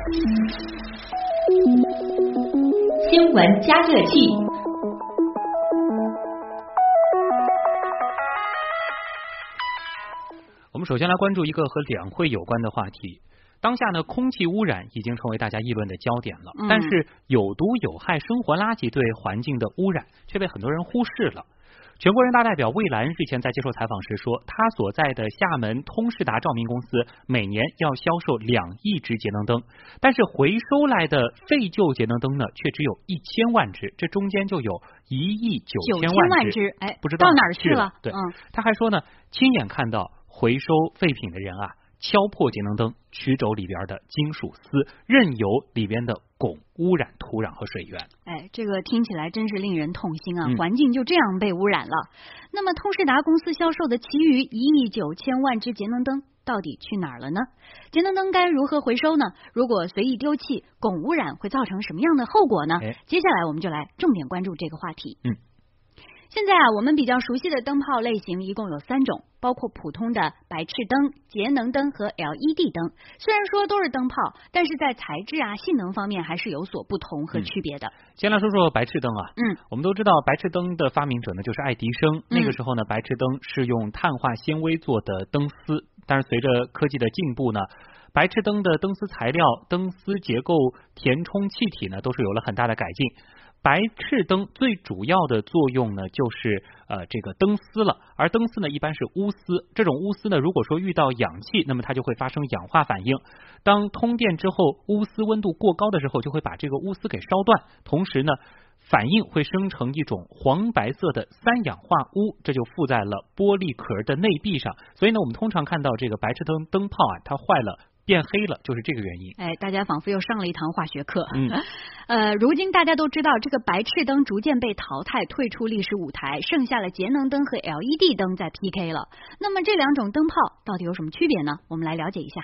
新闻加热器。 我们首先来关注一个和两会有关的话题。当下呢，空气污染已经成为大家议论的焦点了，但是有毒有害生活垃圾对环境的污染却被很多人忽视了。全国人大代表魏澜日前在接受采访时说，他所在的厦门通世达照明公司每年要销售2亿只节能灯，但是回收来的废旧节能灯呢，却只有1000万只，这中间就有1亿9千万只，不知道到哪儿去了？ 对，他还说呢，亲眼看到回收废品的人啊，敲破节能灯，取走里边的金属丝，任由里边的汞污染土壤和水源。 这个听起来真是令人痛心啊！环境就这样被污染了。那么通世达公司销售的其余1亿9千万只节能灯到底去哪儿了呢？节能灯该如何回收呢？如果随意丢弃，汞污染会造成什么样的后果呢？接下来我们就来重点关注这个话题。现在我们比较熟悉的灯泡类型一共有3种，包括普通的白炽灯、节能灯和 LED 灯。虽然说都是灯泡，但是在材质性能方面还是有所不同和区别的。 先来说说白炽灯啊，我们都知道白炽灯的发明者呢就是爱迪生，那个时候呢白炽灯是用碳化纤维做的灯丝，但是随着科技的进步呢，白炽灯的灯丝材料、灯丝结构、填充气体呢都是有了很大的改进。白炽灯最主要的作用呢，就是这个灯丝了，而灯丝呢一般是钨丝，这种钨丝呢，如果说遇到氧气，那么它就会发生氧化反应。当通电之后，钨丝温度过高的时候，就会把这个钨丝给烧断，同时呢，反应会生成一种黄白色的3氧化钨，这就附在了玻璃壳的内壁上。所以呢，我们通常看到这个白炽灯灯泡它坏了，变黑了，就是这个原因。 大家仿佛又上了一堂化学课。如今大家都知道，这个白炽灯逐渐被淘汰，退出历史舞台，剩下了节能灯和 LED 灯在 PK 了。那么这2种灯泡到底有什么区别呢？我们来了解一下。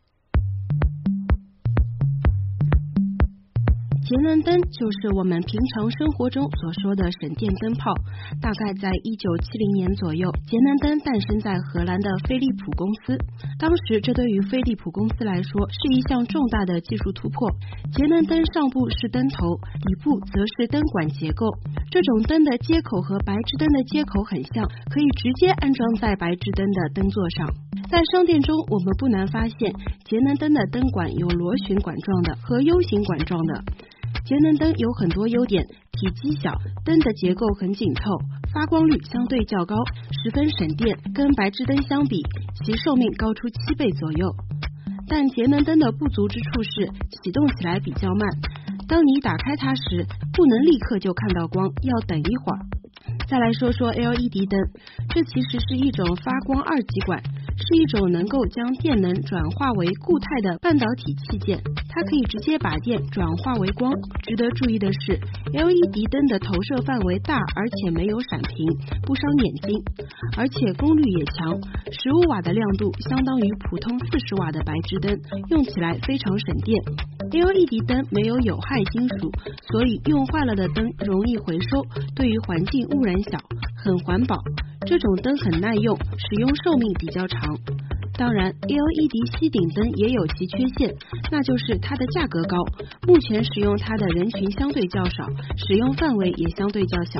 节能灯就是我们平常生活中所说的省电灯泡。大概在1970年左右，节能灯诞生在荷兰的飞利浦公司。当时这对于飞利浦公司来说是一项重大的技术突破。节能灯上部是灯头，底部则是灯管结构。这种灯的接口和白炽灯的接口很像，可以直接安装在白炽灯的灯座上。在商店中，我们不难发现，节能灯的灯管有螺旋管状的和 U 型管状的。节能灯有很多优点，体积小，灯的结构很紧凑，发光率相对较高，十分省电，跟白炽灯相比，其寿命高出7倍左右。但节能灯的不足之处是启动起来比较慢，当你打开它时，不能立刻就看到光，要等一会儿。再来说说 LED 灯，这其实是一种发光2极管，是一种能够将电能转化为固态的半导体器件，它可以直接把电转化为光。值得注意的是 LED 灯的投射范围大，而且没有闪屏，不伤眼睛，而且功率也强，15瓦的亮度相当于普通40瓦的白炽灯，用起来非常省电。LED 灯没有有害金属，所以用坏了的灯容易回收，对于环境污染小，很环保。这种灯很耐用，使用寿命比较长。当然 LED 吸顶灯也有其缺陷，那就是它的价格高，目前使用它的人群相对较少，使用范围也相对较小。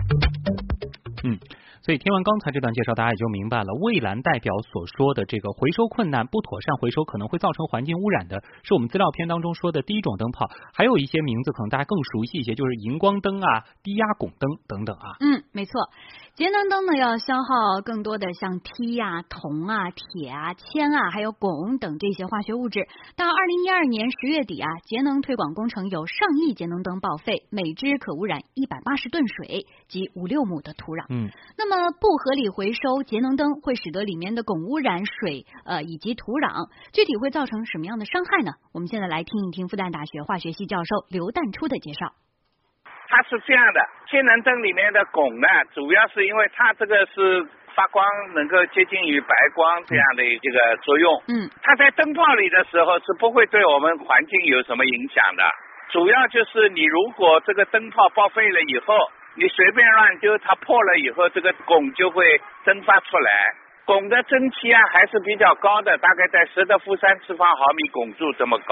所以听完刚才这段介绍，大家也就明白了，魏澜代表所说的这个回收困难、不妥善回收可能会造成环境污染的，是我们资料片当中说的第1种灯泡，还有一些名字可能大家更熟悉一些，就是荧光灯低压汞灯等等啊。 没错。节能灯呢要消耗更多的像锑铜铁铅还有汞等这些化学物质。到2012年10月底节能推广工程有上亿节能灯报废，每只可污染180吨水及5-6亩的土壤。那么不合理回收节能灯会使得里面的汞污染水以及土壤，具体会造成什么样的伤害呢？我们现在来听一听复旦大学化学系教授刘淡初的介绍。 它是这样的，节能灯里面的汞呢，主要是因为它这个是发光能够接近于白光这样的这个作用。它在灯泡里的时候是不会对我们环境有什么影响的，主要就是你如果这个灯泡报废了以后，你随便乱丢，它破了以后，这个汞就会蒸发出来。汞的蒸汽还是比较高的，大概在10⁻³毫米汞柱这么高。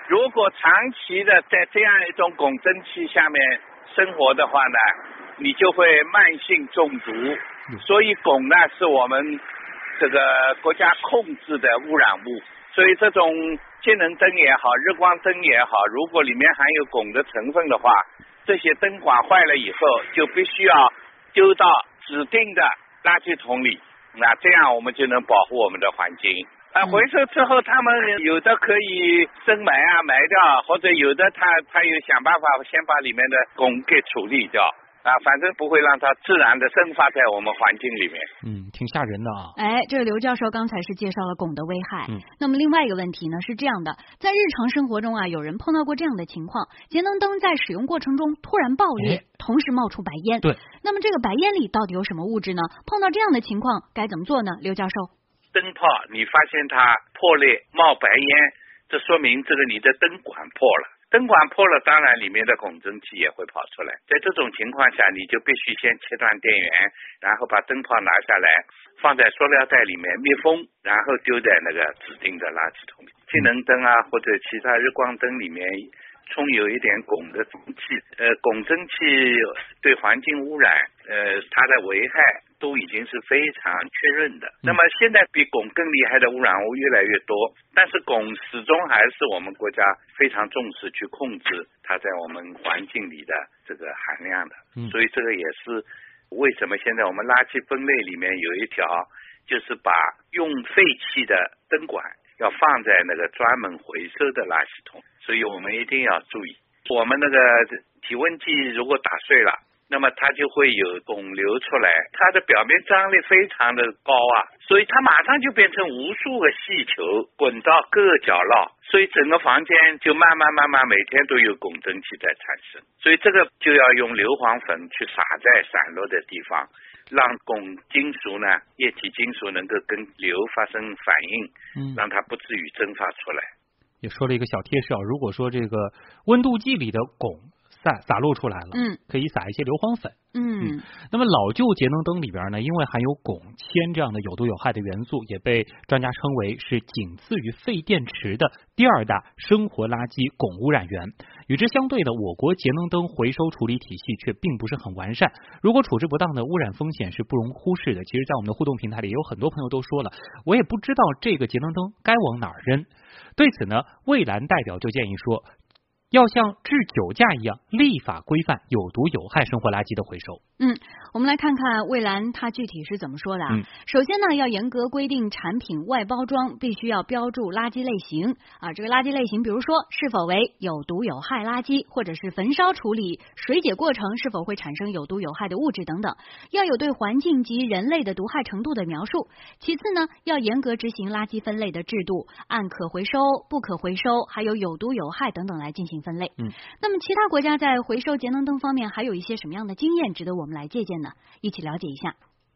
如果长期的在这样一种汞蒸气下面生活的话呢，你就会慢性中毒。所以汞呢是我们这个国家控制的污染物，所以这种节能灯也好，日光灯也好，如果里面含有汞的成分的话，这些灯管坏了以后就必须要丢到指定的垃圾桶里，那这样我们就能保护我们的环境。回收之后他们有的可以深埋埋掉，或者有的他有想办法先把里面的汞给处理掉。反正不会让它自然的蒸发在我们环境里面。 挺吓人的啊。 这个刘教授刚才是介绍了汞的危害。那么另外一个问题呢是这样的，在日常生活中有人碰到过这样的情况，节能灯在使用过程中突然爆裂，同时冒出白烟。 对。 那么这个白烟里到底有什么物质呢？碰到这样的情况该怎么做呢？刘教授。 灯泡你发现它破裂冒白烟，这说明这个你的灯管破了。灯管破了，当然里面的汞蒸气也会跑出来。在这种情况下，你就必须先切断电源，然后把灯泡拿下来，放在塑料袋里面密封，然后丢在那个指定的垃圾桶里。节能灯或者其他日光灯里面充有一点汞的蒸汽，汞蒸汽对环境污染，它的危害都已经是非常确认的。那么现在比汞更厉害的污染物越来越多，但是汞始终还是我们国家非常重视去控制它在我们环境里的这个含量的。所以这个也是为什么现在我们垃圾分类里面有一条，就是把用废弃的灯管要放在那个专门回收的垃圾桶。所以我们一定要注意，我们那个体温计如果打碎了，那么它就会有汞流出来，它的表面张力非常的高所以它马上就变成无数个气球滚到各个角落，所以整个房间就慢慢每天都有汞蒸气在产生。所以这个就要用硫磺粉去撒在散落的地方，让汞金属呢，液体金属能够跟硫发生反应，让它不至于蒸发出来。 也说了一个小贴士如果说这个温度计里的汞洒落出来了，可以撒一些硫磺粉。那么老旧节能灯里边呢，因为含有汞、铅这样的有毒有害的元素，也被专家称为是仅次于废电池的第二大生活垃圾汞污染源。与之相对的，我国节能灯回收处理体系却并不是很完善，如果处置不当的污染风险是不容忽视的。其实在我们的互动平台里，也有很多朋友都说了，我也不知道这个节能灯该往哪儿扔。对此呢，蔚蓝代表就建议说，要像治酒驾一样，立法规范有毒有害生活垃圾的回收。 我们来看看蔚蓝它具体是怎么说的首先呢，要严格规定产品外包装必须要标注垃圾类型这个垃圾类型比如说是否为有毒有害垃圾，或者是焚烧处理、水解过程是否会产生有毒有害的物质等等，要有对环境及人类的毒害程度的描述。其次呢，要严格执行垃圾分类的制度，按可回收、不可回收还有有毒有害等等来进行分类。那么其他国家在回收节能灯方面还有一些什么样的经验值得我们来借鉴呢？一起了解一下。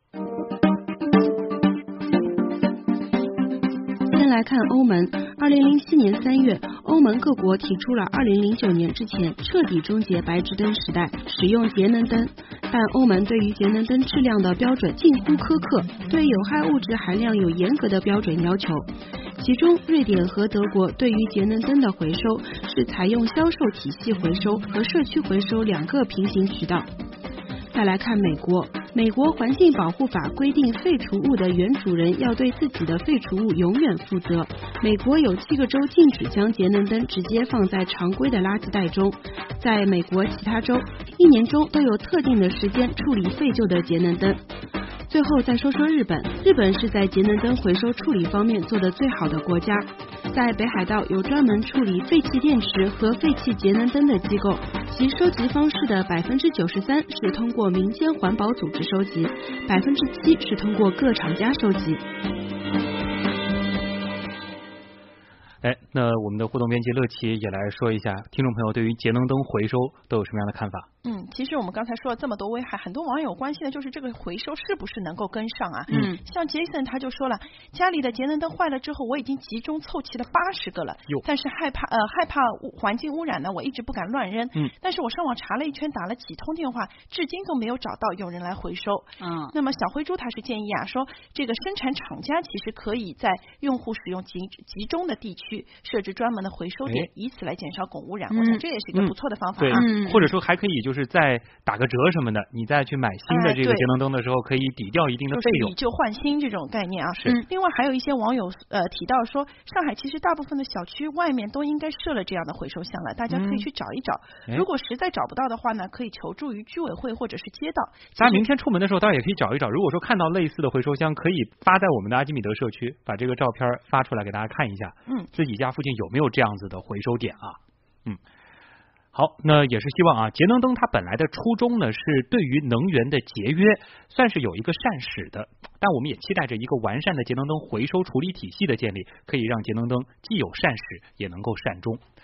先来看欧盟。2007年3月，欧盟各国提出了2009年之前彻底终结白炽灯时代，使用节能灯。但欧盟对于节能灯质量的标准近乎苛刻，对有害物质含量有严格的标准要求。其中，瑞典和德国对于节能灯的回收是采用销售体系回收和社区回收两个平行渠道。再来看美国，美国环境保护法规定废除物的原主人要对自己的废除物永远负责。美国有7个州禁止将节能灯直接放在常规的垃圾袋中，在美国其他州1年中都有特定的时间处理废旧的节能灯。最后再说说日本，日本是在节能灯回收处理方面做得最好的国家。在北海道有专门处理废弃电池和废弃节能灯的机构，其收集方式的93%是通过民间环保组织收集，7%是通过各厂家收集。 那我们的互动编辑乐琪也来说一下，听众朋友对于节能灯回收都有什么样的看法？ 其实我们刚才说了这么多危害，很多网友关心的就是这个回收是不是能够跟上啊？像杰森他就说了，家里的节能灯坏了之后，我已经集中凑齐了80个了，但是害怕环境污染呢，我一直不敢乱扔。但是我上网查了一圈，打了几通电话，至今都没有找到有人来回收。那么小灰猪他是建议说这个生产厂家其实可以在用户使用集中的地区区设置专门的回收点，以此来减少汞污染。我想这也是一个不错的方法啊。或者说还可以就是再打个折什么的，你再去买新的这个节能灯的时候，可以抵掉一定的费用， 以旧换新这种概念啊。 是。 另外还有一些网友提到说，上海其实大部分的小区外面都应该设了这样的回收箱了，大家可以去找一找。如果实在找不到的话呢，可以求助于居委会或者是街道。 大家明天出门的时候，当然也可以找一找。如果说看到类似的回收箱，可以发在我们的阿基米德社区，把这个照片发出来给大家看一下。自己家附近有没有这样子的回收点啊？好，那也是希望啊，节能灯它本来的初衷呢是对于能源的节约，算是有一个善始的。但我们也期待着一个完善的节能灯回收处理体系的建立，可以让节能灯既有善始，也能够善终。